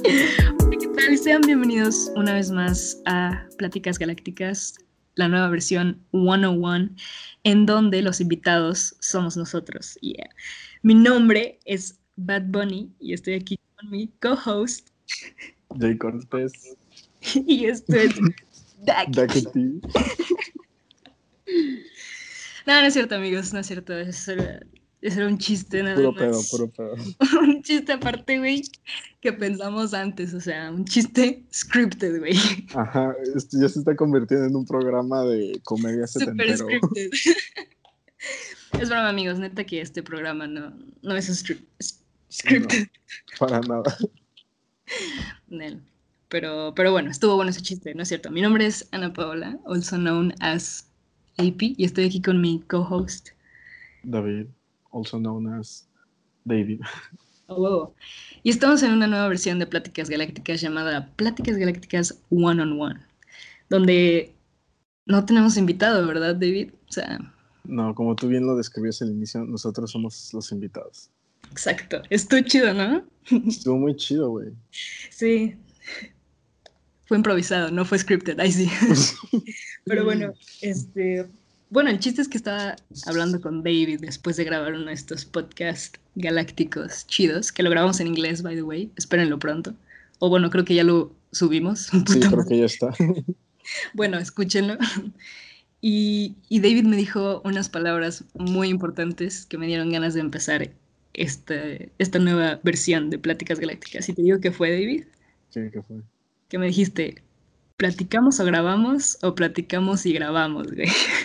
Hola, ¿qué tal? Sean bienvenidos una vez más a Pláticas Galácticas, la nueva versión 101, en donde los invitados somos nosotros. Yeah. Mi nombre es Bad Bunny y estoy aquí con mi co-host. Jay Cortés. Y esto es Daquiti. No, no es cierto, amigos, no es cierto. Eso era un chiste, nada Puro más. pedo, puro pedo. Un chiste aparte, güey, que pensamos antes. O sea, un chiste scripted, güey. Ajá, esto ya se está convirtiendo en un programa de comedia Super setentero. scripted. Es broma, amigos, neta que este programa no es scripted. No, para nada. Nel. Pero bueno, estuvo bueno ese chiste, ¿no es cierto? Mi nombre es Ana Paola, also known as AP, y estoy aquí con mi co-host. David, also known as David. Oh, wow. Y estamos en una nueva versión de Pláticas Galácticas llamada Pláticas Galácticas One on One, donde no tenemos invitado, ¿verdad, David? O sea, No, como tú bien lo describías al inicio, nosotros somos los invitados. exacto. Estuvo chido, ¿no? Estuvo muy chido, güey. Sí. Fue improvisado, no fue scripted, ahí sí. Pero bueno, bueno, el chiste es que estaba hablando con David después de grabar uno de estos podcasts galácticos chidos, que lo grabamos en inglés, by the way, espérenlo pronto. O bueno, creo que ya lo subimos. Sí, Puta creo madre. que ya está. Bueno, escúchenlo. Y David me dijo unas palabras muy importantes que me dieron ganas de empezar esta nueva versión de Pláticas Galácticas. Y te digo que fue, David, ¿Qué fue? que me dijiste, ¿platicamos o grabamos o platicamos y grabamos, güey?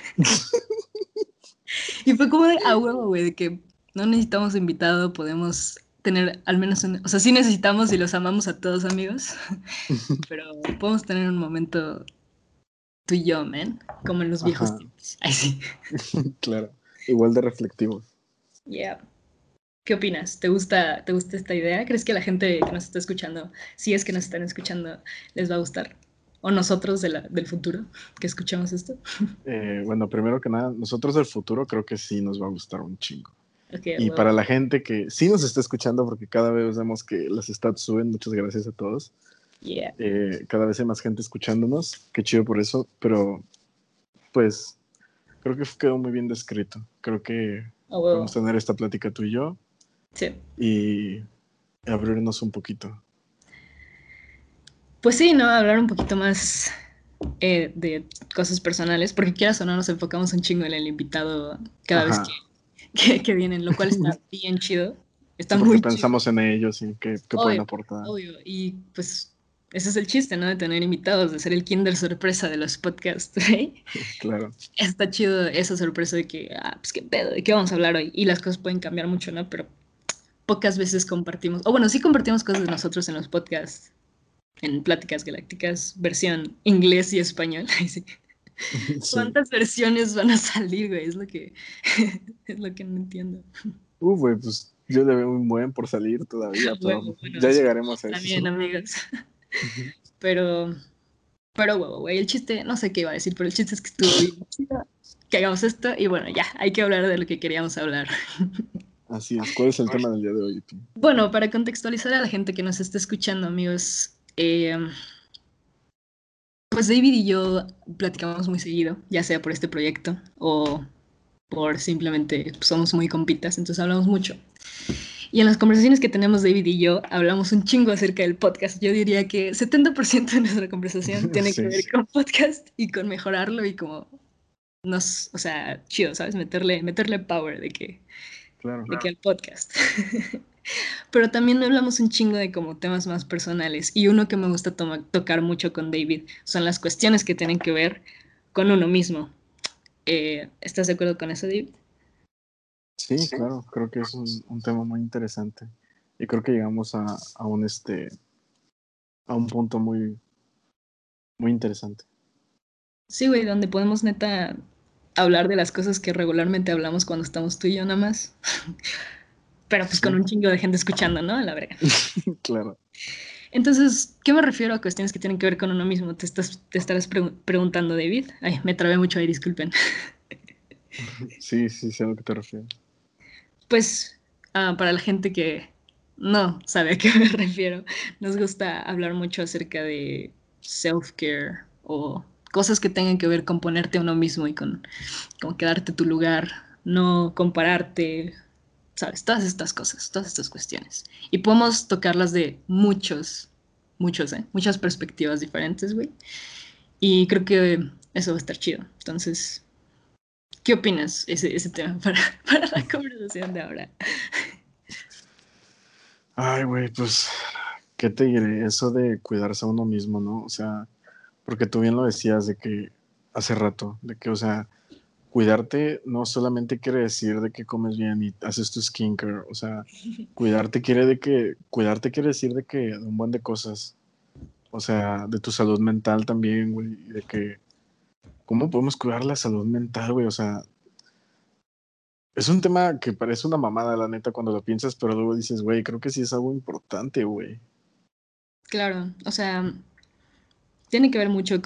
Y fue como de a huevo, güey, de que no necesitamos invitado, podemos tener al menos un... O sea, sí necesitamos y los amamos a todos, amigos, pero podemos tener un momento tú y yo, man, como en los viejos Ajá, tiempos. Ay, sí. claro. Igual de reflectivos. Yeah. ¿Qué opinas? ¿Te gusta esta idea? ¿Crees que la gente que nos está escuchando, si es que nos están escuchando, les va a gustar? ¿O nosotros del futuro que escuchamos esto? Bueno, primero que nada, nosotros del futuro creo que sí nos va a gustar un chingo. Ok, Y huevo. para la gente que sí nos está escuchando, porque cada vez vemos que las stats suben, muchas gracias a todos. Yeah. Cada vez hay más gente escuchándonos, qué chido por eso, pero pues creo que quedó muy bien descrito. Creo que A podemos huevo. tener esta plática tú y yo Sí. y abrirnos un poquito. Pues sí, ¿no? Hablar un poquito más de cosas personales, porque quieras o no nos enfocamos un chingo en el invitado cada vez Ajá. que vienen, lo cual está bien chido. Está Sí, porque muy chido. pensamos en ellos y qué pueden Obvio, aportar. obvio. Y pues ese es el chiste, ¿no? De tener invitados, de ser el Kinder sorpresa de los podcasts, ¿eh? Claro. Está chido esa sorpresa de que, pues qué pedo, ¿de qué vamos a hablar hoy? Y las cosas pueden cambiar mucho, ¿no? Pero pocas veces compartimos, o bueno, sí compartimos cosas de nosotros en los podcasts, en Pláticas Galácticas, versión inglés y español. Ay, sí. Sí. ¿Cuántas versiones van a salir, güey? Es lo que no entiendo. Güey, pues yo le veo un buen por salir todavía, pero Huevo, bueno, ya llegaremos a también, eso. amigos. Pero, pero huevo, güey, el chiste, no sé qué iba a decir, pero el chiste es que estuvo bien chido, que hagamos esto y bueno, ya, hay que hablar de lo que queríamos hablar. Así es. ¿Cuál es el tema del día de hoy, tú? Bueno, para contextualizar a la gente que nos está escuchando, amigos, pues David y yo platicamos muy seguido, ya sea por este proyecto o por simplemente somos muy compitas, entonces hablamos mucho. Y en las conversaciones que tenemos David y yo, hablamos un chingo acerca del podcast. Yo diría que 70% de nuestra conversación tiene que Sí, ver con podcast y con mejorarlo y como o sea, chido, ¿sabes? Meterle power claro. de que al podcast. Pero también hablamos un chingo de como temas más personales y uno que me gusta tocar mucho con David son las cuestiones que tienen que ver con uno mismo. ¿Estás de acuerdo con eso, David? Sí, claro, creo que es un tema muy interesante y creo que llegamos a un punto muy interesante. Sí, güey, donde podemos neta hablar de las cosas que regularmente hablamos cuando estamos tú y yo nada más. Pero pues con Sí, un chingo de gente escuchando, ¿no? A la verga. claro. Entonces, ¿qué me refiero a cuestiones que tienen que ver con uno mismo? Te estarás preguntando, David. Ay, me trabé mucho ahí, disculpen. Sí, sé a lo que te refieres. Pues, para la gente no sabe a qué me refiero. Nos gusta hablar mucho acerca de self-care o cosas que tengan que ver con ponerte a uno mismo y con quedarte tu lugar, no compararte, ¿sabes? Todas estas cosas, todas estas cuestiones. Y podemos tocarlas de muchas perspectivas diferentes, güey. Y creo que eso va a estar chido. Entonces, ¿qué opinas ese tema para la conversación de ahora? Ay, güey, pues, ¿qué te diré? Eso de cuidarse a uno mismo, ¿no? O sea, porque tú bien lo decías de que hace rato, de que, o sea, cuidarte no solamente quiere decir de que comes bien y haces tu skincare, o sea, cuidarte quiere decir de que de un buen de cosas, o sea, de tu salud mental también, güey, y de que, ¿cómo podemos cuidar la salud mental, güey? O sea, es un tema que parece una mamada, la neta, cuando lo piensas, pero luego dices, güey, creo que sí es algo importante, güey. Claro, o sea, tiene que ver mucho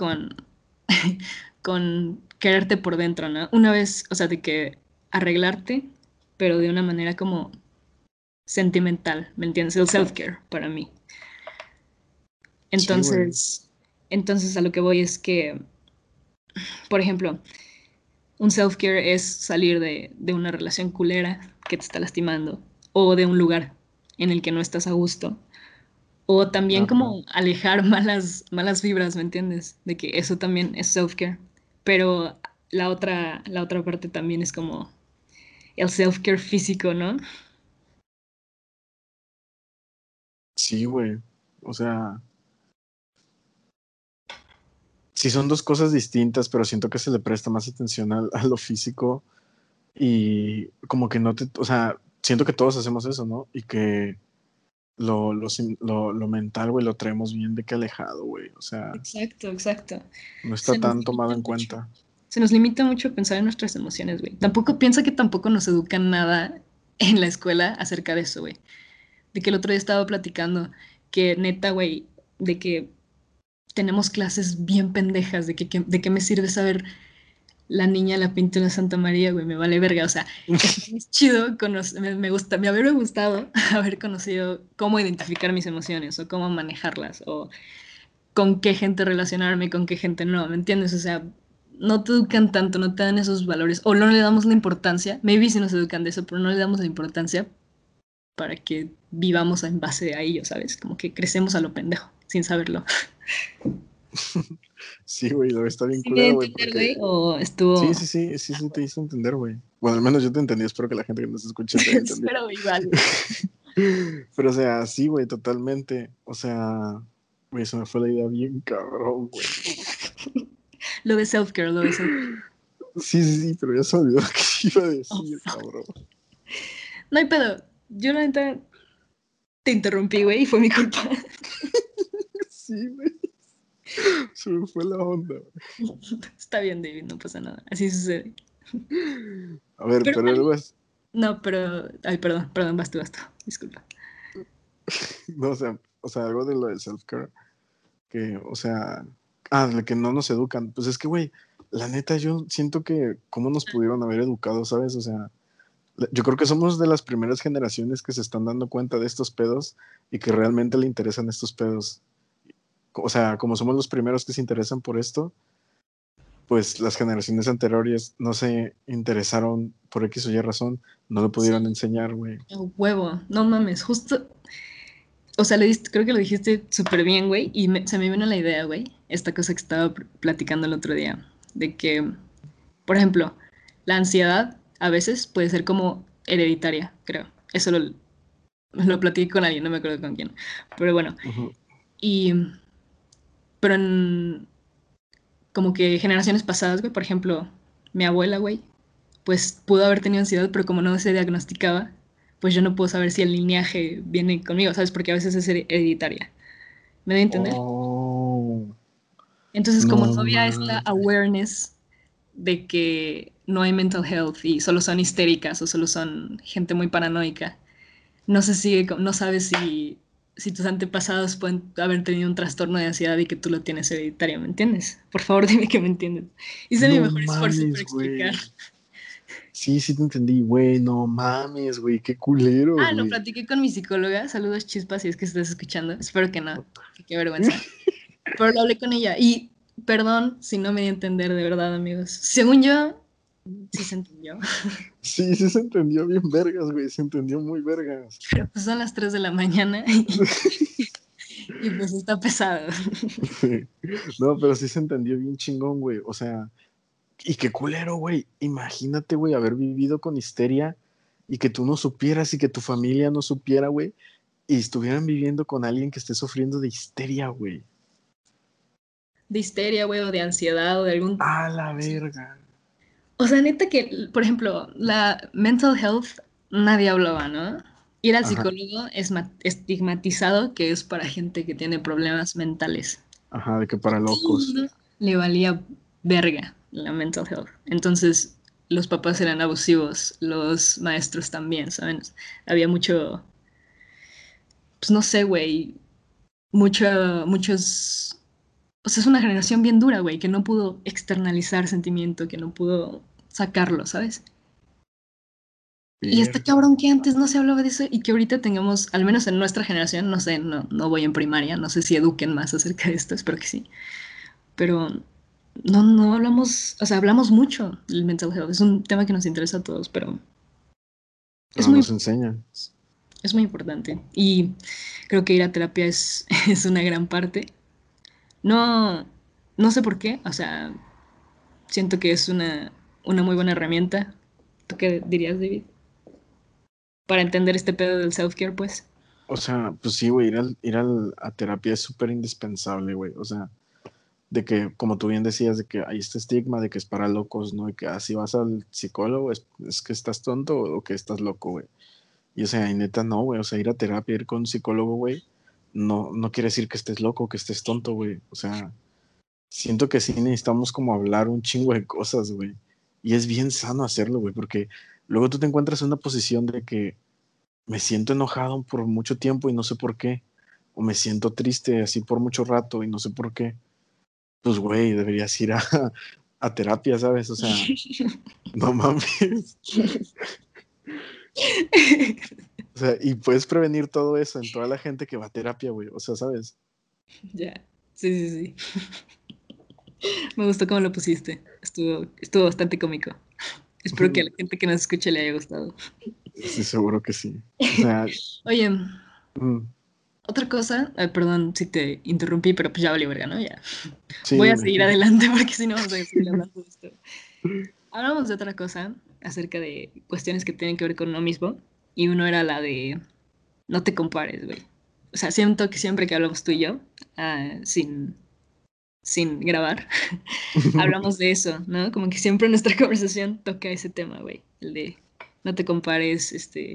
con quererte por dentro, ¿no? Una vez, o sea, de que arreglarte, pero de una manera como sentimental, ¿me entiendes? El self-care para mí. Sí, güey. Entonces a lo que voy es que, por ejemplo, un self-care es salir de una relación culera que te está lastimando o de un lugar en el que no estás a gusto. O también Ajá. como alejar malas vibras, ¿me entiendes? De que eso también es self-care. Pero la otra parte también es como el self-care físico, ¿no? Sí, güey. O sea, sí son dos cosas distintas, pero siento que se le presta más atención a lo físico y como que no te, o sea, siento que todos hacemos eso, ¿no? Y que lo mental, güey, lo traemos bien de que alejado, güey. O sea, Exacto, exacto. no está Se nos tan tomado limita en mucho. cuenta. Se nos limita mucho pensar en nuestras emociones, güey. Tampoco piensa que tampoco nos educan nada en la escuela acerca de eso, güey. De que el otro día estaba platicando que neta, güey, de que tenemos clases bien pendejas, de qué me sirve saber la niña la pinta en la Santa María, güey, me vale verga. O sea, está muy chido, me habría gustado haber conocido cómo identificar mis emociones o cómo manejarlas o con qué gente relacionarme, con qué gente no, ¿me entiendes? O sea, no te educan tanto, no te dan esos valores o no le damos la importancia, maybe sí nos educan de eso, pero no le damos la importancia para que vivamos en base a ello, ¿sabes? Como que crecemos a lo pendejo, sin saberlo. Sí, güey, lo está bien ¿Sí me voy a culero, güey, entender, porque güey? ¿O sí, estuvo...? sí te hice entender, güey. Bueno, al menos yo te entendí, espero que la gente que nos escuche te haya entendido. Espero igual, güey. Pero, o sea, sí, güey, totalmente. O sea, güey, se me fue la idea bien cabrón, güey. Lo de self-care, lo de self-care. Sí, pero ya se me olvidó qué iba a Oh, decir, fuck. cabrón. No hay pedo. Yo la neta te interrumpí, güey, y fue mi culpa. Sí, güey, se me fue la onda, güey. Está bien, David, no pasa nada. Así sucede. A ver, Pero pero bueno. algo es, No, pero... Ay, perdón, basta. Disculpa. no, o sea, algo de lo del self-care, que, o sea, de que no nos educan. Pues es que, güey, la neta, yo siento que, ¿cómo nos pudieron haber educado, sabes? O sea, yo creo que somos de las primeras generaciones que se están dando cuenta de estos pedos y que realmente le interesan estos pedos. O sea, como somos los primeros que se interesan por esto, pues las generaciones anteriores no se interesaron por X o Y razón, no lo pudieron Sí, enseñar, güey. a huevo. No mames, justo... O sea, creo que lo dijiste súper bien, güey, y se me vino la idea, güey, esta cosa que estaba platicando el otro día, de que, por ejemplo, la ansiedad a veces puede ser como hereditaria, creo. Eso lo platiqué con alguien, no me acuerdo con quién. Pero bueno, Ujú. y, pero en como que generaciones pasadas, güey, por ejemplo, mi abuela, güey, pues pudo haber tenido ansiedad, pero como no se diagnosticaba, pues yo no puedo saber si el lineaje viene conmigo, ¿sabes? Porque a veces es hereditaria. ¿Me doy a entender? Oh, Entonces, como no no había esta mames. awareness de que no hay mental health y solo son histéricas o solo son gente muy paranoica, no sabes si tus antepasados pueden haber tenido un trastorno de ansiedad y que tú lo tienes hereditario, ¿me entiendes? Por favor, dime que me entiendes. Hice mi No mejor esfuerzo para mames, explicar. güey. Sí te entendí, güey, no mames, güey, qué culeros, Ah, lo güey. platiqué con mi psicóloga. Saludos, Chispas, si es que estás escuchando. Espero que no. Qué vergüenza. Pero lo hablé con ella. Y perdón si no me di a entender de verdad, amigos. Según yo, sí se entendió. Sí se entendió bien vergas, güey, se entendió muy vergas. Pero pues son las 3 de la mañana y pues está pesado. Sí. No, pero sí se entendió bien chingón, güey. O sea, y qué culero, güey. Imagínate, güey, haber vivido con histeria y que tú no supieras y que tu familia no supiera, güey, y estuvieran viviendo con alguien que esté sufriendo de histeria, güey. De histeria, güey, o de ansiedad o de algún... A la verga. O sea, neta que, por ejemplo, la mental health nadie hablaba, ¿no? Ir al Ajá, psicólogo es estigmatizado que es para gente que tiene problemas mentales. ajá, de que A para todo el locos. mundo le valía verga la mental health. Entonces, los papás eran abusivos, los maestros también, ¿saben? Había mucho, pues no sé, güey, muchos... O sea, es una generación bien dura, güey, que no pudo externalizar sentimiento, que no pudo sacarlo, ¿sabes? Y está Verga. cabrón que antes no se hablaba de eso y que ahorita tengamos, al menos en nuestra generación, no sé, no voy en primaria, no sé si eduquen más acerca de esto, espero que sí, pero no hablamos, o sea, hablamos mucho del mental health, es un tema que nos interesa a todos, pero es No muy, nos enseñan. es muy importante y creo que ir a terapia es, es una gran parte. No, no sé por qué, o sea, siento que es una muy buena herramienta. ¿Tú qué dirías, David? Para entender este pedo del self-care, pues. O sea, pues sí, güey, a terapia es súper indispensable, güey. O sea, de que, como tú bien decías, de que hay este estigma de que es para locos, ¿no? Y que así vas al psicólogo, es que estás tonto o que estás loco, güey. Y o sea, y neta no, güey. O sea, ir a terapia, ir con un psicólogo, güey, no quiere decir que estés loco, que estés tonto, güey. O sea, siento que sí necesitamos como hablar un chingo de cosas, güey. Y es bien sano hacerlo, güey, porque luego tú te encuentras en una posición de que me siento enojado por mucho tiempo y no sé por qué. O me siento triste así por mucho rato y no sé por qué. Pues, güey, deberías ir a terapia, ¿sabes? O sea, no mames. O sea, y puedes prevenir todo eso en toda la gente que va a terapia, güey. O sea, ¿sabes? Ya, sí, sí, sí. Me gustó cómo lo pusiste. Estuvo bastante cómico. Espero que a la gente que nos escuche le haya gustado. Sí, seguro que sí. O sea, Oye, mm, otra cosa, perdón si te interrumpí, pero pues ya valió verga, ¿no? Ya. sí, Voy a dime. seguir adelante porque si no vamos a seguir hablando de esto. Hablamos de otra cosa acerca de cuestiones que tienen que ver con uno mismo. Y uno era la de no te compares, güey. O sea, siento que siempre que hablamos tú y yo, sin grabar, hablamos de eso, ¿no? Como que siempre nuestra conversación toca ese tema, güey. El de no te compares,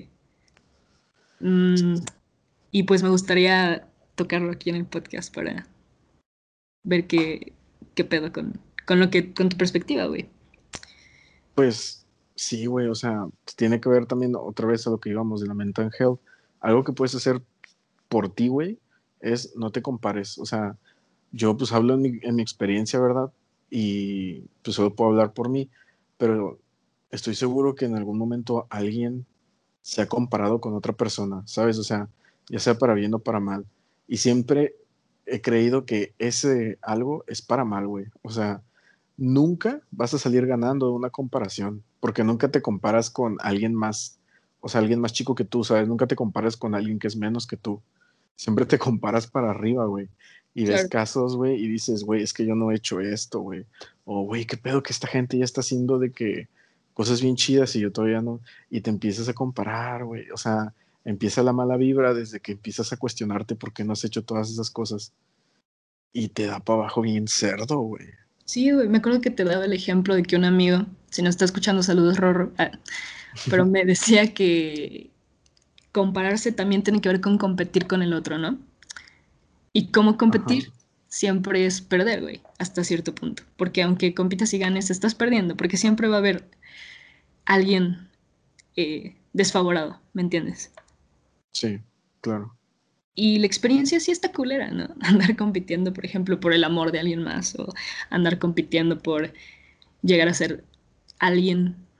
mm, y pues me gustaría tocarlo aquí en el podcast para ver qué pedo con tu perspectiva, güey. Pues sí, güey, o sea, tiene que ver también otra vez a lo que íbamos de la mental health. Algo que puedes hacer por ti, güey, es no te compares. O sea, yo pues hablo en mi experiencia, ¿verdad? Y pues solo puedo hablar por mí, pero estoy seguro que en algún momento alguien se ha comparado con otra persona, ¿sabes? O sea, ya sea para bien o para mal. Y siempre he creído que ese algo es para mal, güey. O sea, nunca vas a salir ganando de una comparación, porque nunca te comparas con alguien más, o sea, alguien más chico que tú, ¿sabes? Nunca te comparas con alguien que es menos que tú. Siempre te comparas para arriba, güey. Y ves Claro. casos, güey, y dices, güey, es que yo no he hecho esto, güey. O, güey, qué pedo que esta gente ya está haciendo de que cosas bien chidas y yo todavía no. Y te empiezas a comparar, güey. O sea, empieza la mala vibra desde que empiezas a cuestionarte por qué no has hecho todas esas cosas. Y te da para abajo bien cerdo, güey. Sí, güey, me acuerdo que te daba el ejemplo de que un amigo, si no está escuchando, saludos, Rorro, pero me decía que compararse también tiene que ver con competir con el otro, ¿no? Y cómo Ajá. competir siempre es perder, güey, hasta cierto punto. Porque aunque compitas y ganes, estás perdiendo, porque siempre va a haber alguien desfavorado, ¿me entiendes? Sí, claro. Y la experiencia sí está culera, ¿no? Andar compitiendo, por ejemplo, por el amor de alguien más o andar compitiendo por llegar a ser alguien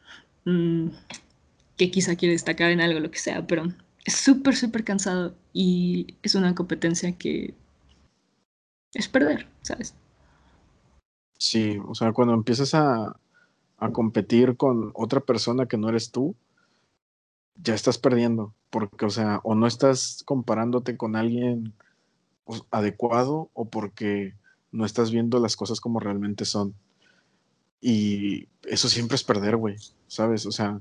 mm, que quizá quiere destacar en algo, lo que sea, pero es súper, súper cansado y es una competencia que es perder, ¿sabes? Sí, o sea, cuando empiezas a competir con otra persona que no eres tú, ya estás perdiendo, porque, o sea, o no estás comparándote con alguien adecuado o porque no estás viendo las cosas como realmente son. Y eso siempre es perder, güey, ¿sabes? O sea,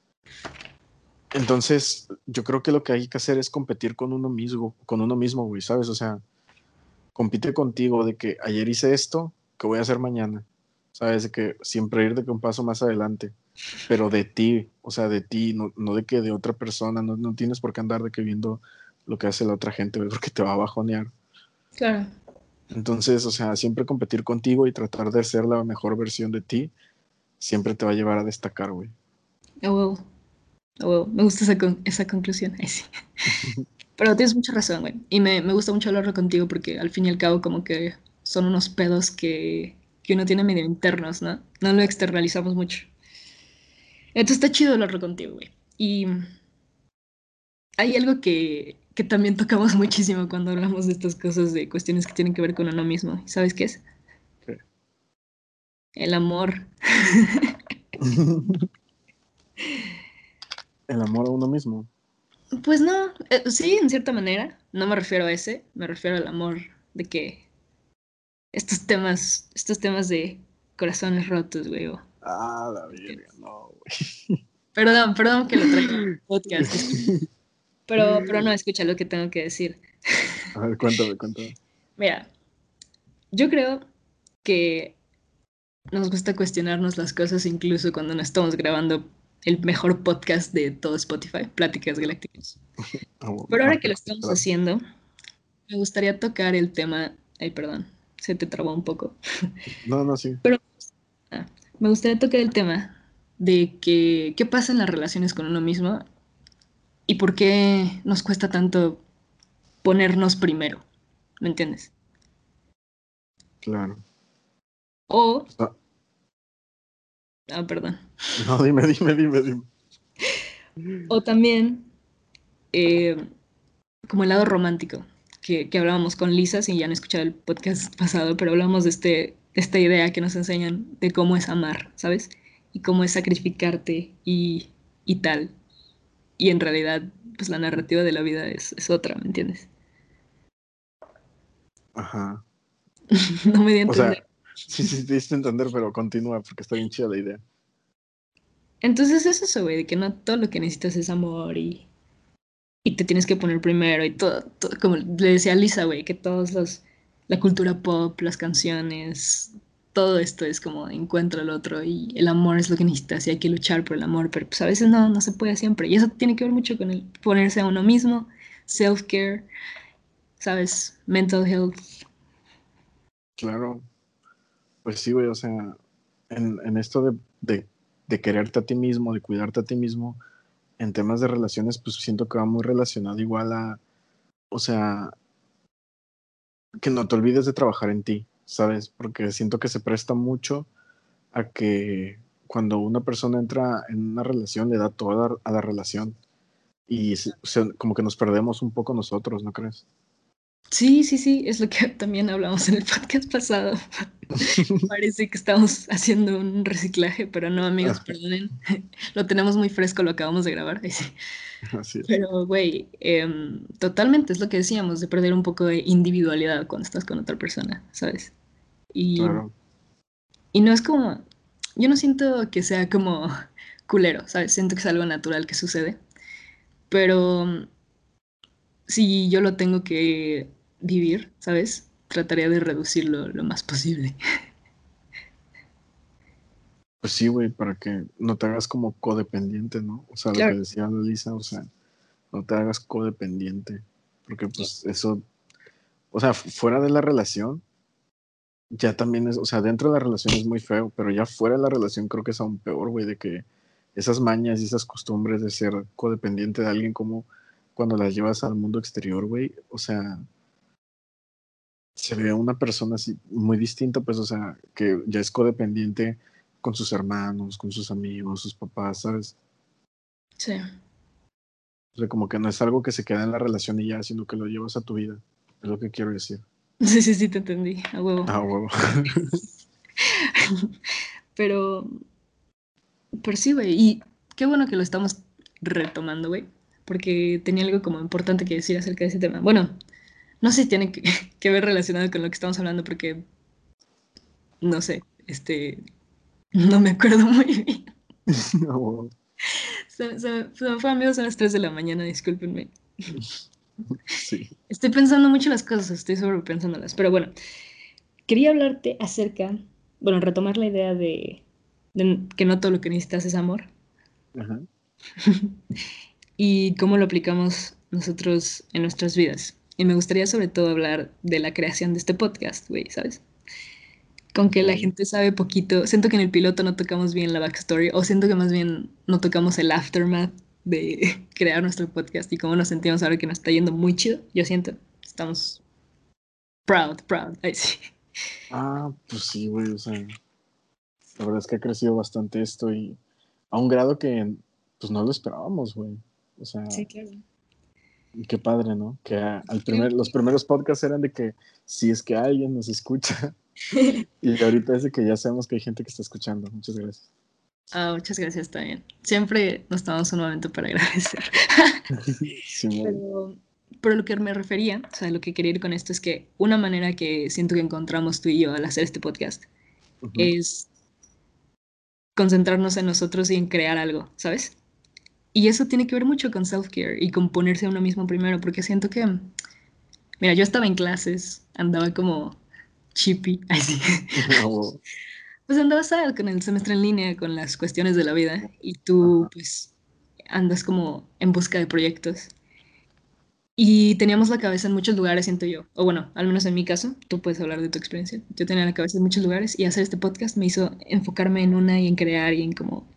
entonces yo creo que lo que hay que hacer es competir con uno mismo, güey, ¿sabes? O sea, compite contigo de que ayer hice esto, ¿qué voy a hacer mañana? ¿Sabes? De que siempre ir de que un paso más adelante, pero de ti, o sea, de ti, no de que de otra persona, no tienes por qué andar de que viendo lo que hace la otra gente, güey, porque te va a bajonear. Claro. Entonces, o sea, siempre competir contigo y tratar de ser la mejor versión de ti, siempre te va a llevar a destacar, güey. A huevo, a huevo. Me gusta esa conclusión. Ay, sí. Pero tienes mucha razón, güey. Y me gusta mucho hablarlo contigo porque al fin y al cabo como que son unos pedos que uno tiene medio internos, ¿no? No lo externalizamos mucho. Entonces está chido hablarlo contigo, güey. Y hay algo que también tocamos muchísimo cuando hablamos de estas cosas, de cuestiones que tienen que ver con uno mismo. ¿Sabes qué es? Sí. El amor. El amor a uno mismo. Pues no, sí, en cierta manera. No me refiero a ese, me refiero al amor de que estos temas de corazones rotos, güey. Ah, la verga, no, güey. Perdón, perdón que lo traiga al podcast, pero no escucha lo que tengo que decir. A ver, cuéntame. Mira, yo creo que nos gusta cuestionarnos las cosas incluso cuando no estamos grabando el mejor podcast de todo Spotify, Pláticas Galácticas. Ah, bueno, Pero ahora que lo márcala, estamos espérate. haciendo, me gustaría tocar el tema. Ay, perdón, se te trabó un poco. No, no, sí. Pero ah, me gustaría tocar el tema de que qué pasa en las relaciones con uno mismo y por qué nos cuesta tanto ponernos primero. ¿Me entiendes? Claro. O, O sea, perdón. no, dime. O también eh, como el lado romántico, que hablábamos con Lisa, si ya no escuchado el podcast pasado, pero hablamos de esta idea que nos enseñan de cómo es amar, ¿sabes? Y cómo es sacrificarte y tal. Y en realidad, pues la narrativa de la vida es otra, ¿me entiendes? ajá. No me di a O entender. sea, sí, te diste a entender, pero continúa porque está bien chida la idea. Entonces es eso, güey, de que no todo lo que necesitas es amor y te tienes que poner primero y todo, como le decía a Lisa, güey, que la cultura pop, las canciones, todo esto es como encuentra al otro y el amor es lo que necesitas y hay que luchar por el amor, pero pues a veces no se puede siempre. Y eso tiene que ver mucho con el ponerse a uno mismo, self-care, ¿sabes? Mental health. Claro. Pues sí, güey, o sea, en esto de quererte a ti mismo, de cuidarte a ti mismo, en temas de relaciones, pues siento que va muy relacionado igual a, o sea, que no te olvides de trabajar en ti, ¿sabes? Porque siento que se presta mucho a que cuando una persona entra en una relación le da todo a la relación y o sea, como que nos perdemos un poco nosotros, ¿no crees? Sí, sí, sí, es lo que también hablamos en el podcast pasado. Parece que estamos haciendo un reciclaje, pero no, amigos, perdonen. Lo tenemos muy fresco, lo acabamos de grabar. Ay, sí. Así es, Pero, güey, totalmente es lo que decíamos, de perder un poco de individualidad cuando estás con otra persona, ¿sabes? Y, claro. y no es como, yo no siento que sea como culero, ¿sabes? Siento que es algo natural que sucede, pero si yo lo tengo que vivir, ¿sabes? Trataría de reducirlo lo más posible. Pues sí, güey, para que no te hagas como codependiente, ¿no? O sea, lo que Claro. decía Lisa, o sea, no te hagas codependiente, porque pues eso, o sea, fuera de la relación, ya también es, o sea, dentro de la relación es muy feo, pero ya fuera de la relación creo que es aún peor, güey, de que esas mañas y esas costumbres de ser codependiente de alguien como cuando las llevas al mundo exterior, güey, o sea, se ve a una persona así muy distinta, pues, o sea, que ya es codependiente con sus hermanos, con sus amigos, sus papás, ¿sabes? Sí. O sea, como que no es algo que se queda en la relación y ya, sino que lo llevas a tu vida. Es lo que quiero decir. Sí, sí, sí, te entendí, a huevo. Ah, huevo. Pero, pero sí, güey. Y qué bueno que lo estamos retomando, güey. Porque tenía algo como importante que decir acerca de ese tema. Bueno, no sé si tiene que ver relacionado con lo que estamos hablando, porque no sé, no me acuerdo muy bien. Ah, huevo. Se me fue, amigos, son las 3 de la mañana, discúlpenme. Sí. Estoy pensando mucho las cosas, estoy sobrepensándolas. Pero bueno, quería hablarte acerca, bueno, retomar la idea de que no todo lo que necesitas es amor Ajá. y cómo lo aplicamos nosotros en nuestras vidas. Y me gustaría sobre todo hablar de la creación de este podcast, güey, ¿sabes? Con que la Ok. gente sabe poquito, siento que en el piloto no tocamos bien la backstory, o siento que más bien no tocamos el aftermath de crear nuestro podcast y cómo nos sentimos ahora que nos está yendo muy chido. Yo siento, estamos proud. Ay, sí. Ah, pues sí, güey. O sea, la verdad es que ha crecido bastante esto y a un grado que pues no lo esperábamos, güey. O sea, Sí, claro. y qué padre, ¿no? Que Qué- los primeros podcasts eran de que si es que alguien nos escucha y ahorita es de que ya sabemos que hay gente que está escuchando. Muchas gracias. Ah, muchas gracias también. Siempre nos tomamos un momento para agradecer. Simón. Pero, pero lo que me refería, o sea, lo que quería ir con esto es que una manera que siento que encontramos tú y yo al hacer este podcast Ujú. es concentrarnos en nosotros y en crear algo, ¿sabes? Y eso tiene que ver mucho con self-care y con ponerse a uno mismo primero, porque siento que, mira, yo estaba en clases, andaba como chippy, así. Ah, huevo. Pues andaba sad con el semestre en línea, con las cuestiones de la vida, y tú, Ajá. pues, andas como en busca de proyectos. Y teníamos la cabeza en muchos lugares, siento yo. O bueno, al menos en mi caso, tú puedes hablar de tu experiencia. Yo tenía la cabeza en muchos lugares y hacer este podcast me hizo enfocarme en una y en crear y en como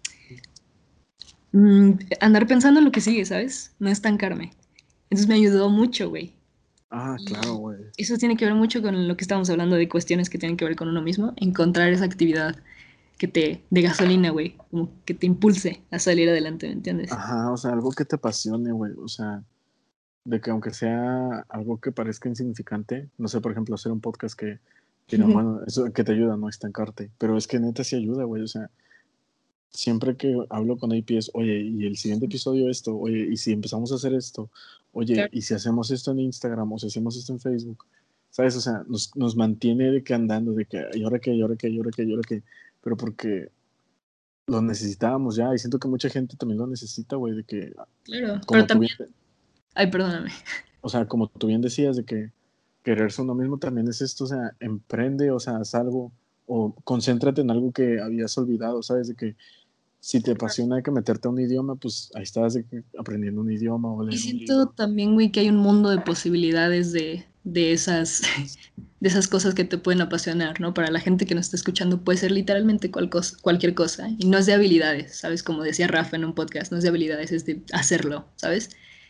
andar pensando en lo que sigue, ¿sabes? No estancarme. Entonces me ayudó mucho, güey. Ah, claro, Y güey. eso tiene que ver mucho con lo que estamos hablando de cuestiones que tienen que ver con uno mismo. Encontrar esa actividad de gasolina, güey. Como que te impulse a salir adelante, ¿me entiendes? Ajá, o sea, algo que te apasione, güey. O sea, de que aunque sea algo que parezca insignificante, no sé, por ejemplo, hacer un podcast que digan, bueno, eso que te ayuda a no estancarte, pero es que neta sí ayuda, güey, o sea, siempre que hablo con AP es, oye, y el siguiente episodio esto, oye, y si empezamos a hacer esto, oye, Claro, y si hacemos esto en Instagram o si hacemos esto en Facebook, ¿sabes? O sea, nos mantiene de que andando, de que, y ahora qué, y ahora qué, y ahora qué, y ahora qué, pero porque lo necesitábamos ya, y siento que mucha gente también lo necesita, güey, de que, claro. Pero como tú también, bien, ay, perdóname. o sea, como tú bien decías, de que quererse uno mismo también es esto, o sea, emprende, o sea, haz algo, o concéntrate en algo que habías olvidado, ¿sabes? De que si te apasiona de que meterte a un idioma, pues ahí estás de que aprendiendo un idioma o Y leer un siento libro. también, güey, que hay un mundo de posibilidades de esas, de esas cosas que te pueden apasionar, ¿no? Para la gente que nos está escuchando puede ser literalmente cualquier cosa. Y no es de habilidades, ¿sabes? Como decía Rafa en un podcast, no es de habilidades, es de hacerlo, ¿sabes?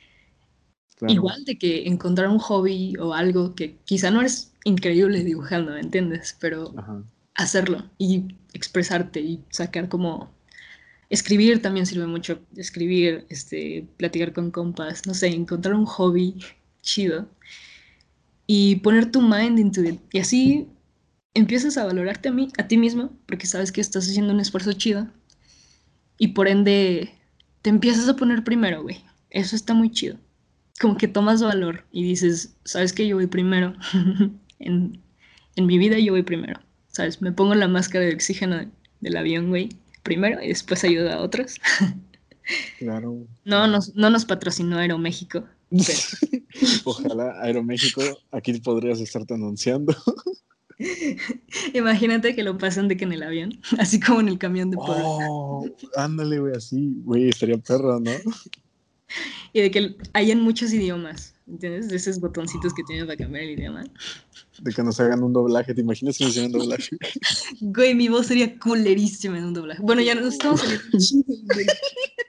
Claro, Igual de que encontrar un hobby o algo que quizá no eres increíble dibujando, ¿me entiendes? Pero ajá, hacerlo y expresarte y sacar como escribir también sirve mucho. Escribir, platicar con compas, no sé, encontrar un hobby chido y poner tu mind into it. Y así empiezas a valorarte a ti mismo, porque sabes que estás haciendo un esfuerzo chido y por ende te empiezas a poner primero, güey. Eso está muy chido. Como que tomas valor y dices, sabes que yo voy primero. en, en mi vida yo voy primero. ¿Sabes? Me pongo la máscara de oxígeno del avión, güey, primero y después ayudo a otros. claro, No claro. nos patrocinó Aeroméxico, pero Ojalá Aeroméxico, aquí podrías estarte anunciando. imagínate que lo pasan de que en el avión, así como en el camión de Puebla, Oh, ándale, güey, así, güey, estaría perro, ¿no? y de que hayan muchos idiomas, ¿entiendes? De esos botoncitos que tienen para cambiar el idioma. De que nos hagan un doblaje, ¿te imaginas que nos hicieran doblaje? Güey, mi voz sería culerísima en un doblaje. Bueno, ya nos estamos saliendo un chingo del...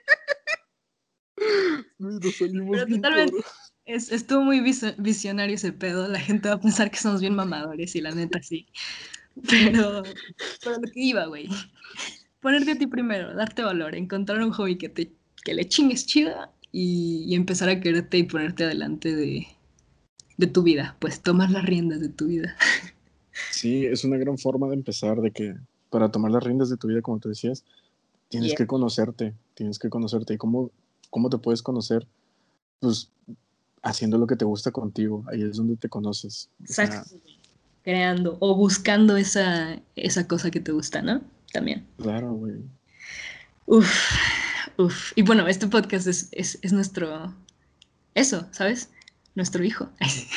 Güey, nos salimos Pero bien totalmente, cabrón. estuvo muy visionario ese pedo. La gente va a pensar que somos bien mamadores y la neta sí. Pero lo que iba, güey. Ponerte a ti primero, darte valor, encontrar un hobby que le chingues chido y empezar a quererte y ponerte adelante de tu vida, pues tomar las riendas de tu vida. Sí, es una gran forma de empezar, de que para tomar las riendas de tu vida, como tú decías, tienes Yeah. que conocerte, tienes que conocerte. ¿Y cómo te puedes conocer? Pues haciendo lo que te gusta contigo, ahí es donde te conoces. O sea, Exacto, güey. Creando o buscando esa cosa que te gusta, ¿no? También. claro, güey. Uf, uf. Y bueno, este podcast es nuestro, eso, ¿sabes? Nuestro hijo.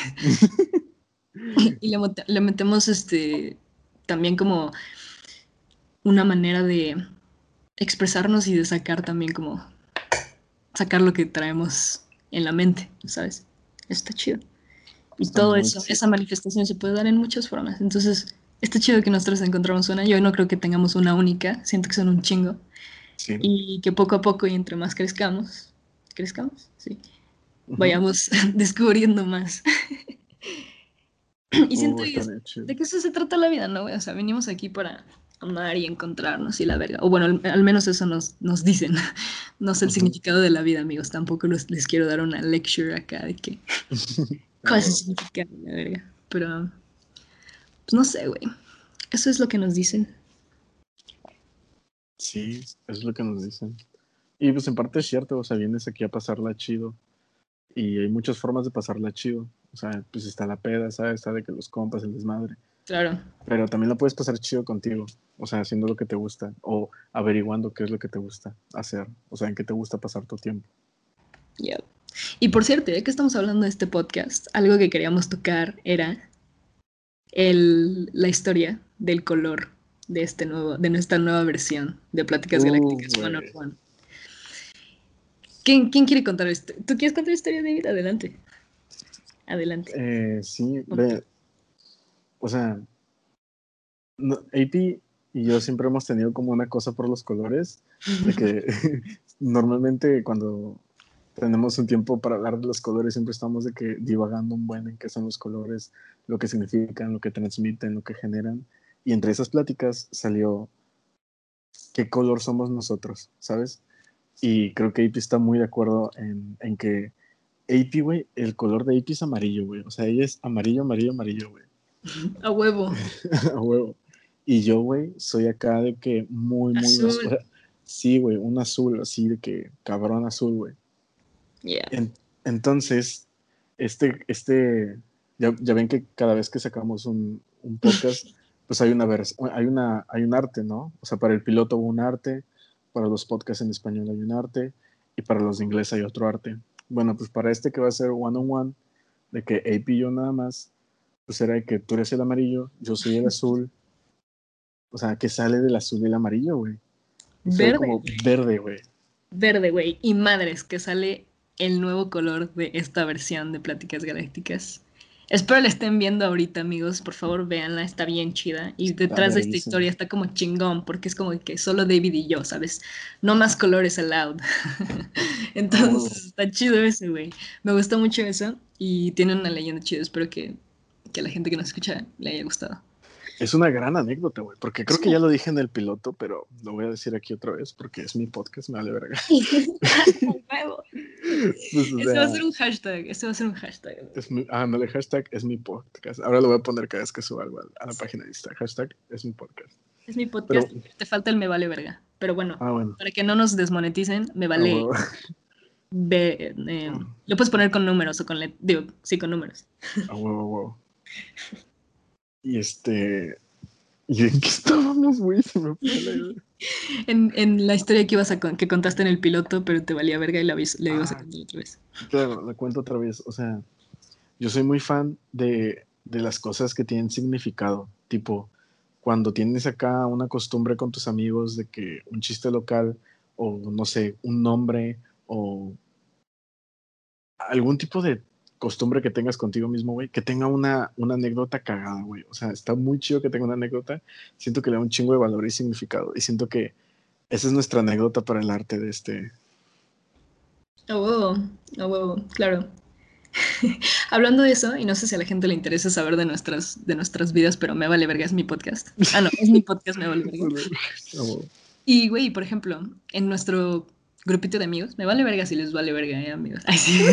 Y le metemos también como una manera de expresarnos y de sacar también como sacar lo que traemos en la mente, ¿sabes? Está chido. Y Está todo muy eso, esa chido. manifestación se puede dar en muchas formas. Entonces, está chido que nosotros encontramos una. Yo no creo que tengamos una única, siento que son un chingo. Sí. Y que poco a poco y entre más crezcamos, sí, Ujú. vayamos descubriendo más. Y siento que Estaría chido. de que eso se trata la vida, ¿no, güey? O sea, venimos aquí para amar y encontrarnos y la verga. O bueno, al menos eso nos dicen. No sé el Ujú. significado de la vida, amigos. Tampoco les quiero dar una lecture acá de que Ah, cuál es el huevo. significado de la verga. Pero, pues no sé, güey. Eso es lo que nos dicen. Sí, eso es lo que nos dicen. Y pues en parte es cierto, o sea, vienes aquí a pasarla chido. Y hay muchas formas de pasarla chido. O sea, pues está la peda, ¿sabes? Está de que los compas, el desmadre. Claro. Pero también la puedes pasar chido contigo. O sea, haciendo lo que te gusta. O averiguando qué es lo que te gusta hacer. O sea, en qué te gusta pasar tu tiempo. Yeah. Y por cierto, ya que estamos hablando de este podcast, algo que queríamos tocar era la historia del color de nuestra nueva versión de Pláticas Galácticas One on Güey. One. ¿Quién quiere contar esto? ¿Tú quieres contar la historia, David? Adelante. Adelante. Sí, Ponte. ve, o sea, AP y yo siempre hemos tenido como una cosa por los colores, de que normalmente cuando tenemos un tiempo para hablar de los colores, siempre estamos de que divagando un buen en qué son los colores, lo que significan, lo que transmiten, lo que generan. Y entre esas pláticas salió qué color somos nosotros, ¿sabes? Y creo que AP está muy de acuerdo en que AP, güey, el color de AP es amarillo, güey. O sea, ella es amarillo, amarillo, amarillo, güey. A huevo. A huevo. Y yo, güey, soy acá de que muy, muy Azul. basura. Sí, güey, un azul, así de que cabrón azul, güey. Yeah. Entonces, ya ven que cada vez que sacamos un podcast, pues hay un arte, ¿no? O sea, para el piloto hubo un arte, para los podcasts en español hay un arte, y para los de inglés hay otro arte. Bueno, pues para este que va a ser one on one, de que AP y yo nada más, pues era de que tú eres el amarillo, yo soy el azul, o sea, que sale del azul y el amarillo, güey. Y soy Verde. como verde, güey. Verde, güey. Y madres, que sale el nuevo color de esta versión de Pláticas Galácticas. Espero la estén viendo ahorita, amigos. Por favor, véanla, está bien chida. Y Está detrás de esta verguísima. historia está como chingón, porque es como que solo David y yo, ¿sabes? No más colores allowed. A huevo. Entonces, está chido ese, güey. Me gustó mucho eso y tiene una leyenda chida. Espero que a la gente que nos escucha le haya gustado. Es una gran anécdota, güey, porque creo que ya lo dije en el piloto, pero lo voy a decir aquí otra vez porque es mi podcast, me vale verga. Hashtag nuevo. Pues, o Ese va a ser sea, un hashtag. Ese va a ser un hashtag. ándale, hashtag es mi podcast. Ahora lo voy a poner cada vez que suba algo a la página de Insta. Hashtag es mi podcast. Es mi Pero, podcast, te falta el me vale verga. Pero bueno, bueno, para que no nos desmoneticen, me a vale. huevo. Lo puedes poner con números o digo, sí, con números. A huevo, a huevo. Y ¿y en qué estábamos, güey? Se me fue la idea. En la historia que que contaste en el piloto, pero te valía verga y le ibas a Ah, contar otra vez. claro, la cuento otra vez. O sea, yo soy muy fan de las cosas que tienen significado, tipo cuando tienes acá una costumbre con tus amigos de que un chiste local o no sé, un nombre o algún tipo de costumbre que tengas contigo mismo, güey, que tenga una anécdota cagada, güey. O sea, está muy chido que tenga una anécdota. Siento que le da un chingo de valor y significado. Y siento que esa es nuestra anécdota para el arte de este. A huevo, claro. Hablando de eso, y no sé si a la gente le interesa saber de nuestras vidas, pero me vale verga, es mi podcast. Ah, no, es mi podcast, me vale verga. Y, güey, por ejemplo, en nuestro grupito de amigos, me vale verga si les vale verga, amigos. Ay, sí.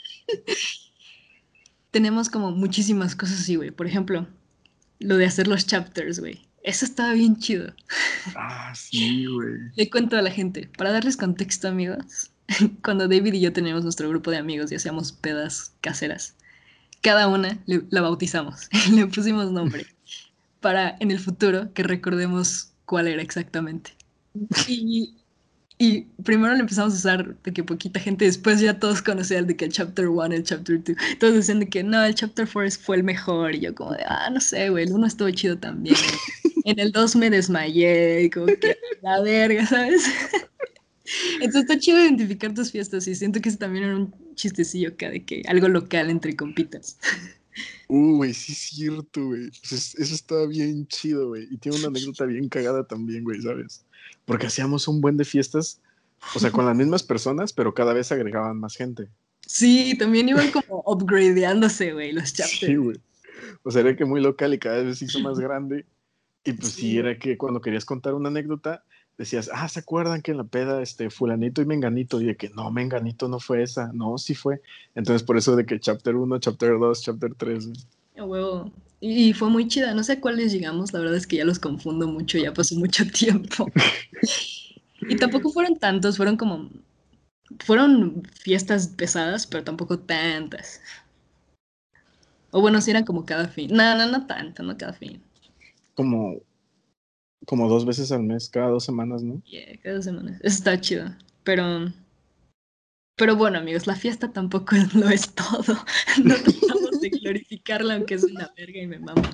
Tenemos como muchísimas cosas así, güey. Por ejemplo, lo de hacer los chapters, güey. Eso estaba bien chido. Ah, sí, güey. Le cuento a la gente, para darles contexto, amigos, cuando David y yo teníamos nuestro grupo de amigos y hacíamos pedas caseras, cada una la bautizamos, le pusimos nombre, para en el futuro que recordemos cuál era exactamente. Y, y primero le empezamos a usar de que poquita gente, después ya todos conocían de que el Chapter 1, el Chapter 2, todos decían de que no, el Chapter 4 fue el mejor, y yo como de, no sé, güey, el 1 estuvo chido también. En el 2 me desmayé, como que la verga, ¿sabes? Entonces está chido identificar tus fiestas y siento que eso también era un chistecillo acá de que algo local entre compitas. Güey, sí es cierto, güey. Eso estaba bien chido, güey. Y tiene una anécdota bien cagada también, güey, ¿sabes? Porque hacíamos un buen de fiestas, o sea, con las mismas personas, pero cada vez agregaban más gente. Sí, también iban como upgradeándose, güey, los Sí, chapters. güey. O sea, era que muy local y cada vez se hizo más grande. Y pues sí, Sí, era que cuando querías contar una anécdota, decías, ¿se acuerdan que en la peda, fulanito y menganito? Y de que no, menganito no fue esa. No, sí fue. Entonces, por eso de que chapter 1, chapter 2, chapter 3. a huevo. Y fue muy chida, no sé a cuáles llegamos, la verdad es que ya los confundo mucho, ya pasó mucho tiempo. Y tampoco fueron tantos, fueron fiestas pesadas, pero tampoco tantas. O bueno, sí eran como cada fin. No, no, no tanto, no cada fin. Como, como 2 veces al mes, cada 2 semanas, ¿no? Yeah, cada semana. Eso está chido. Pero bueno, amigos, la fiesta tampoco lo es todo. No tratamos de glorificarla, aunque es una verga y me mama.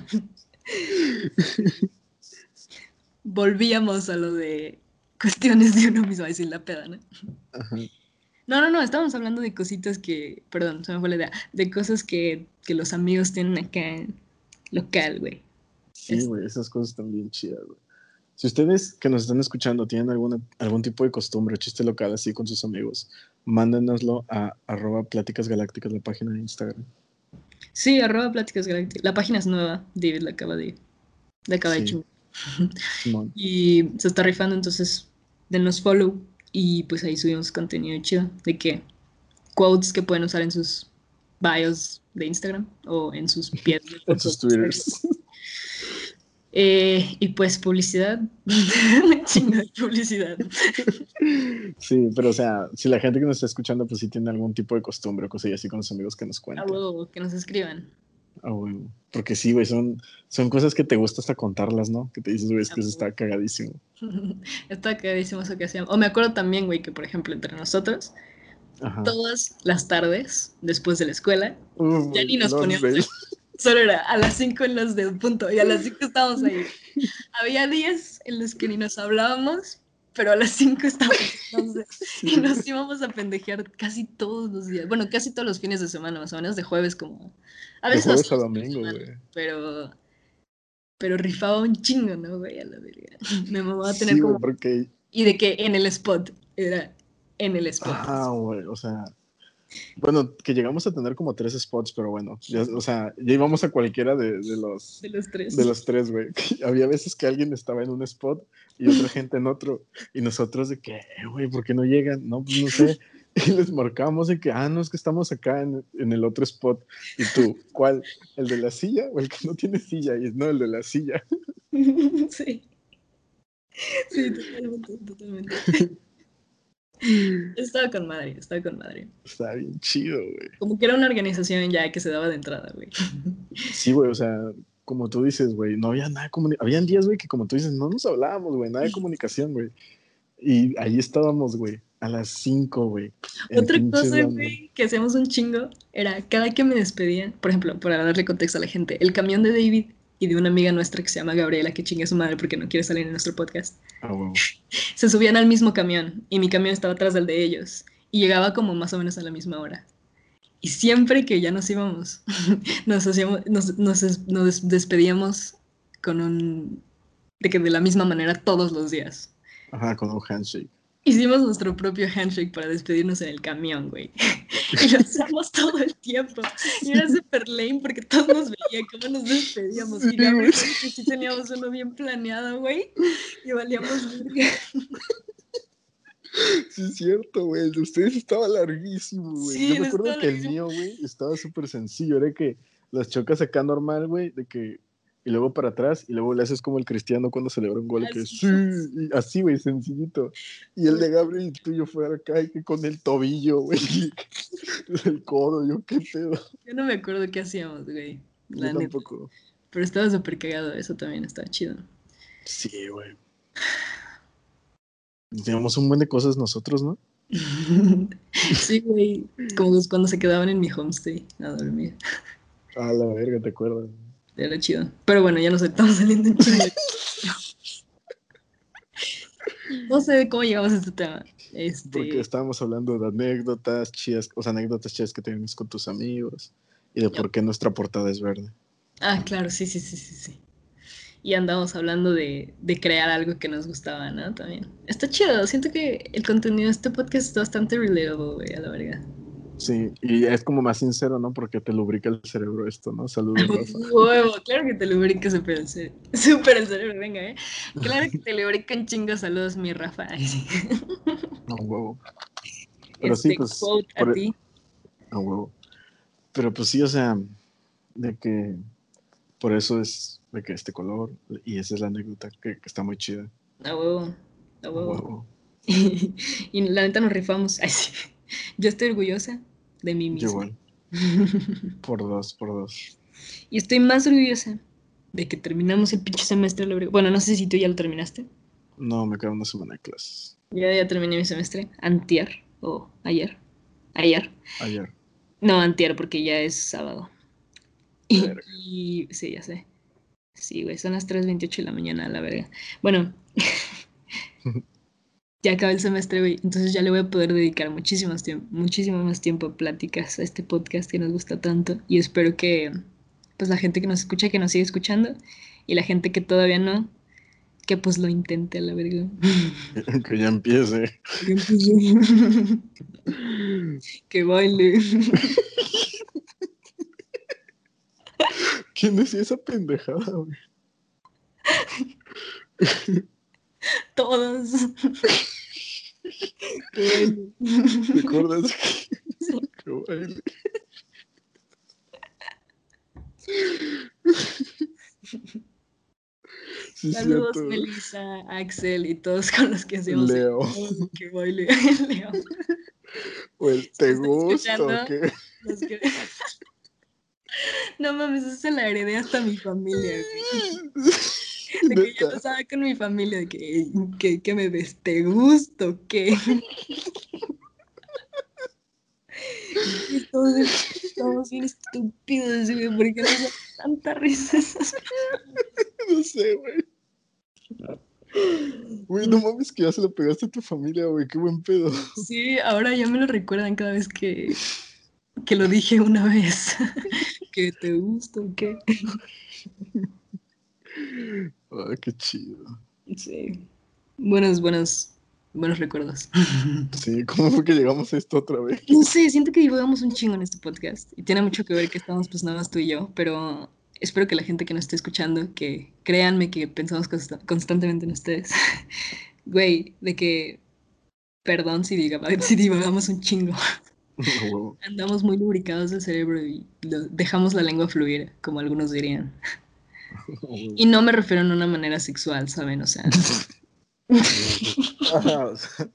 Volvíamos a lo de cuestiones de uno mismo, a decir la peda, ¿no? Ajá. No, no, no, estábamos hablando de cositas que, perdón, se me fue la idea, de cosas que los amigos tienen acá en local, güey. Sí, Es- güey, esas cosas están bien chidas, güey. Si ustedes que nos están escuchando tienen algún tipo de costumbre o chiste local así con sus amigos, mándenoslo a @pláticasgalácticas, la página de Instagram. Sí, @Pláticas Galácticas. La página es nueva, David la acaba de Sí, chingar. Simón. Y se está rifando, entonces denos follow y pues ahí subimos contenido chido de que quotes que pueden usar en sus bios de Instagram o en sus pies de En fotos sus de Instagram. Twitters. Y pues publicidad, un chingo de publicidad. Sí, pero o sea, si la gente que nos está escuchando pues sí tiene algún tipo de costumbre o cosilla así con los amigos que nos A cuenten. huevo, que nos escriban. Güey. Porque sí, güey, son cosas que te gusta hasta contarlas, ¿no? Que te dices, güey, es A que eso huevo. está cagadísimo. Está cagadísimo eso que hacíamos. O me acuerdo también, güey, que por ejemplo entre nosotros, Ajá. todas las tardes, después de la escuela, ya Güey, ni nos Lord's poníamos Day. de acuerdo. Solo era a las 5 en los de punto y a las 5 estábamos ahí. Había días en los que ni nos hablábamos, pero a las 5 estábamos entonces, Sí, y nos íbamos a pendejear casi todos los días. Bueno, casi todos los fines de semana, más o menos de jueves como... A de veces los jueves a sábados entre domingo, semana, güey. pero rifaba un chingo, ¿no, güey? A la verga. Me mamaba tener Sí, güey, como... porque Y de que en el spot, era en el spot. Güey, o sea, bueno, que llegamos a tener como 3 spots, pero bueno, ya, o sea, ya íbamos a cualquiera De los de tres. los tres, güey. Había veces que alguien estaba en un spot y otra gente en otro, y nosotros de que, güey, ¿por qué no llegan? No, pues no sé. Y les marcamos de que, no, es que estamos acá en el otro spot. Y tú, ¿cuál? ¿El de la silla o el que no tiene silla? Y es, no, el de la silla. Sí, sí, totalmente, totalmente. Estaba con madre, estaba con madre. Está bien chido, güey. Como que era una organización ya que se daba de entrada, güey. Sí, güey, o sea, como tú dices, güey, no había nada de comunicación. Habían días, güey, que como tú dices, no nos hablábamos, güey, nada de comunicación, güey. Y ahí estábamos, güey, a las 5, güey, en Otra pinches cosa, dando. güey, que hacíamos un chingo era cada que me despedía, por ejemplo, para darle contexto a la gente, el camión de David y de una amiga nuestra que se llama Gabriela, que chingue a su madre porque no quiere salir en nuestro podcast, Huevo. se subían al mismo camión y mi camión estaba atrás del de ellos y llegaba como más o menos a la misma hora. Y siempre que ya nos íbamos, nos despedíamos con de que de la misma manera todos los días. Ajá, con un handshake. Hicimos nuestro propio handshake para despedirnos en el camión, güey. Y lo usamos todo el tiempo. Y era súper lame porque todos nos veían cómo nos despedíamos. Sí, Y Gabriel güey. dijo que sí teníamos uno bien planeado, güey. Y valíamos verga. Sí, es cierto, güey. El de ustedes estaba larguísimo, güey. Sí, Yo me nos acuerdo estaba que el larguísimo. mío, güey, estaba súper sencillo. Era que las chocas acá normal, güey, de que. Y luego para atrás, y luego le haces como el cristiano cuando celebra un gol, que Así, sí, y así, güey, sencillito. Y el de Gabriel y el tuyo fue acá, y que con el tobillo, güey, el codo, yo qué pedo. yo no me acuerdo qué hacíamos, güey. Yo La neta. tampoco. Pero estaba súper cagado, eso también estaba chido. Sí, güey. Teníamos un buen de cosas nosotros, ¿no? Sí, güey. Como cuando se quedaban en mi homestay a dormir. A la verga, ¿te acuerdas? Era chido. Pero bueno, ya nos estamos saliendo un chingo. No sé cómo llegamos a este tema. Porque estábamos hablando de anécdotas chidas, o sea, anécdotas chidas que tienes con tus amigos y de por qué nuestra portada es verde. Ah, claro, sí, sí, sí, sí, sí. Y andamos hablando de crear algo que nos gustaba, ¿no? También. Está chido. Siento que el contenido de este podcast es bastante relatable, güey, a la verga. Sí, y es como más sincero, ¿no? Porque te lubrica el cerebro esto, ¿no? Saludos, Rafa. Huevo, claro que te lubrica súper el cerebro. Súper el cerebro, venga, ¿eh? Claro que te lubrica un chingo. Saludos, mi Rafa. Ay, sí. A huevo. Pero sí, pues, Quote a ti. a huevo. Pero pues sí, o sea, de que por eso es de que este color, y esa es la anécdota que está muy chida. A huevo, a A huevo. huevo. Y la neta nos rifamos. Ay, sí. Yo estoy orgullosa de mí Yo misma. igual. Por dos, por dos. Y estoy más orgullosa de que terminamos el pinche semestre. Bueno, no sé si tú ya lo terminaste. No, me queda una semana de clases. Ya terminé mi semestre. Antier. O ayer. Ayer. Ayer. No, antier porque ya es sábado. Verga. Y sí, ya sé. Sí, güey, son las 3:28 de la mañana, a la verga. Bueno, ya acaba el semestre, güey. Entonces ya le voy a poder dedicar muchísimo más tiempo a pláticas a este podcast que nos gusta tanto. Y espero que, pues, la gente que nos escucha, que nos siga escuchando. Y la gente que todavía no, que pues lo intente a la verga. Que ya empiece. Que empecé. Que baile. ¿Quién decía esa pendejada, güey? Todos. Que baile. ¿Te acuerdas? Sí. Que baile. Sí, es Saludos, cierto. Melissa, Axel y todos con los que hacemos el Leo. que baile. Leo. O el Si te lo están gusto, escuchando, ¿qué? los que... No mames, eso se la heredé hasta mi familia, güey. De que yo lo Neta. usaba con mi familia, de que me ves, ¿te gusto? ¿Qué? Y todos estamos bien estúpidos, güey, ¿por qué nos da tanta risa esas No sé, güey. Güey, no mames que ya se lo pegaste a tu familia, güey. Qué buen pedo. Sí, ahora ya me lo recuerdan cada vez que lo dije una vez. ¿Que te gusta o qué? Ay, qué chido. Sí. Buenos recuerdos. Sí, ¿cómo fue que llegamos a esto otra vez? No sé, siento que divagamos un chingo en este podcast y tiene mucho que ver que estamos pues nada más tú y yo, pero espero que la gente que nos esté escuchando, que créanme que pensamos constantemente en ustedes. Güey, de que, perdón si, si divagamos un chingo. A huevo. Andamos muy lubricados del cerebro y dejamos la lengua fluir, como algunos dirían. A huevo. Y no me refiero en una manera sexual, ¿saben? O sea, Ajá, o sea,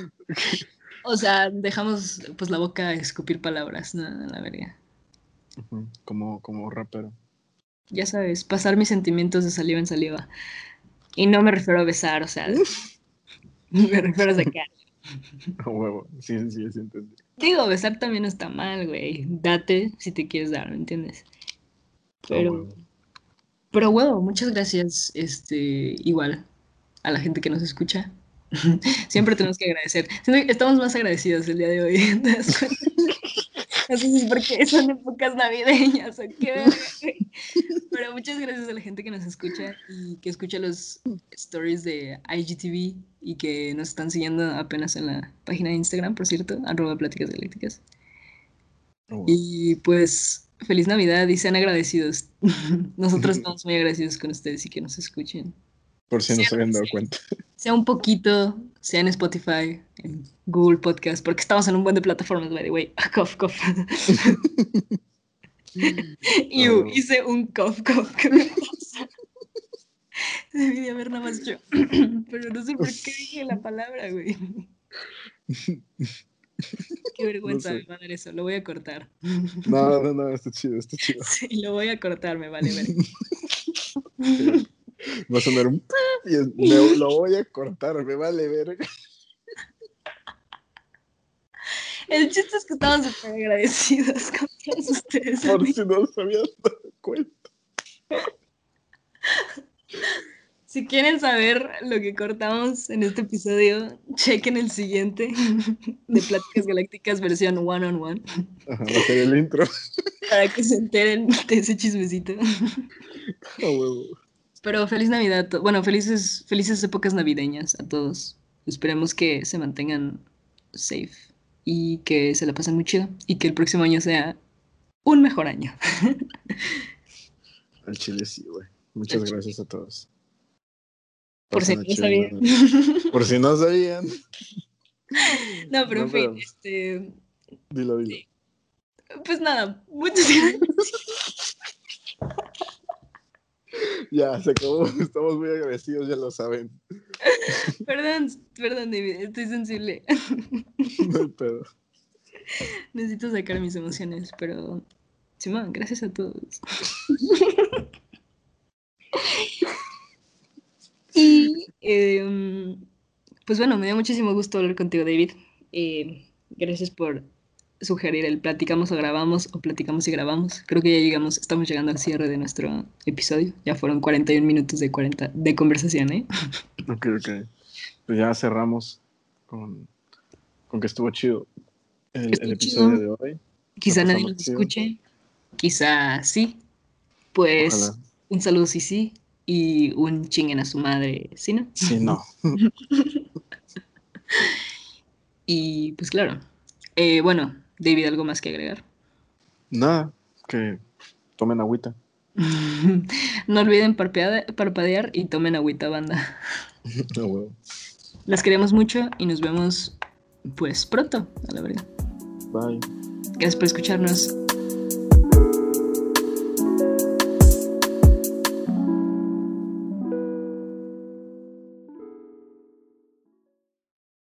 dejamos pues la boca escupir palabras, no, la verga. como rapero. Ya sabes, pasar mis sentimientos de saliva en saliva. Y no me refiero a besar, o sea, me refiero a sacar. A huevo. Sí, sí, sí, entendí. Digo, besar también no está mal, güey. Date si te quieres dar, ¿me entiendes? A Pero, huevo. pero bueno, muchas gracias, igual, a la gente que nos escucha. Siempre tenemos que agradecer. Siento que estamos más agradecidos el día de hoy, ¿te das cuenta? No sé si es porque son épocas navideñas o qué verga, güey. Pero muchas gracias a la gente que nos escucha y que escucha los stories de IGTV y que nos están siguiendo apenas en la página de Instagram, por cierto, @pláticasdialécticas. Oh, wow. Y pues, feliz Navidad y sean agradecidos. Nosotros estamos muy agradecidos con ustedes y que nos escuchen. Por si no Sea se lo habían que dado sea, cuenta. sea un poquito, sea en Spotify, en Google Podcast, porque estamos en un buen de plataformas, by the way. Cough, cough. Ah, huevo. Hice un cough, cough. ¿Qué me pasa? Debí de haber nada más yo. Pero no sé por qué dije la palabra, güey. Qué No vergüenza sé. me va a dar eso. Lo voy a cortar. No, está chido, está chido. Sí, lo voy a cortar, me vale ver. Que va a sonar un y lo voy a cortar, me vale verga. El chiste es que estamos súper agradecidos con todos ustedes, Por amigos. si no se habían dado cuenta. Si quieren saber lo que cortamos en este episodio, chequen el siguiente de Pláticas Galácticas versión one-on-one Ajá, va a ser el intro. para que se enteren de ese chismecito. A huevo. Pero feliz Navidad, bueno, felices épocas navideñas a todos. Esperemos que se mantengan safe y que se la pasen muy chido y que el próximo año sea un mejor año. Al chile sí, güey. Muchas Al chile. gracias a todos. Por si Pasen a no chido. sabían. Por si no sabían. No, pero en No, fin, pero dilo. pues nada, muchas gracias. Ya, se acabó. Estamos muy agradecidos, ya lo saben. Perdón, David, estoy sensible. No hay pedo. Necesito sacar mis emociones, pero Simón, gracias a todos. Y pues bueno, me dio muchísimo gusto hablar contigo, David. Gracias por sugerir el platicamos o grabamos o platicamos y grabamos. Creo que ya estamos llegando al cierre de nuestro episodio. Ya fueron 41 minutos de conversación, ¿eh? Ok. Pues ya cerramos con que estuvo chido el Estuvo episodio chido. de hoy. La Quizá nadie pasamos nos chido. escuche, quizá sí. Pues Ojalá. un saludo sí sí y un chinguen a su madre, ¿sí no? Sí, no. Y pues claro. Bueno, David, ¿algo más que agregar? Nada, que tomen agüita. No olviden parpadear y tomen agüita, banda. A huevo. Las queremos mucho y nos vemos pues pronto, a la verdad. Bye. Gracias por escucharnos.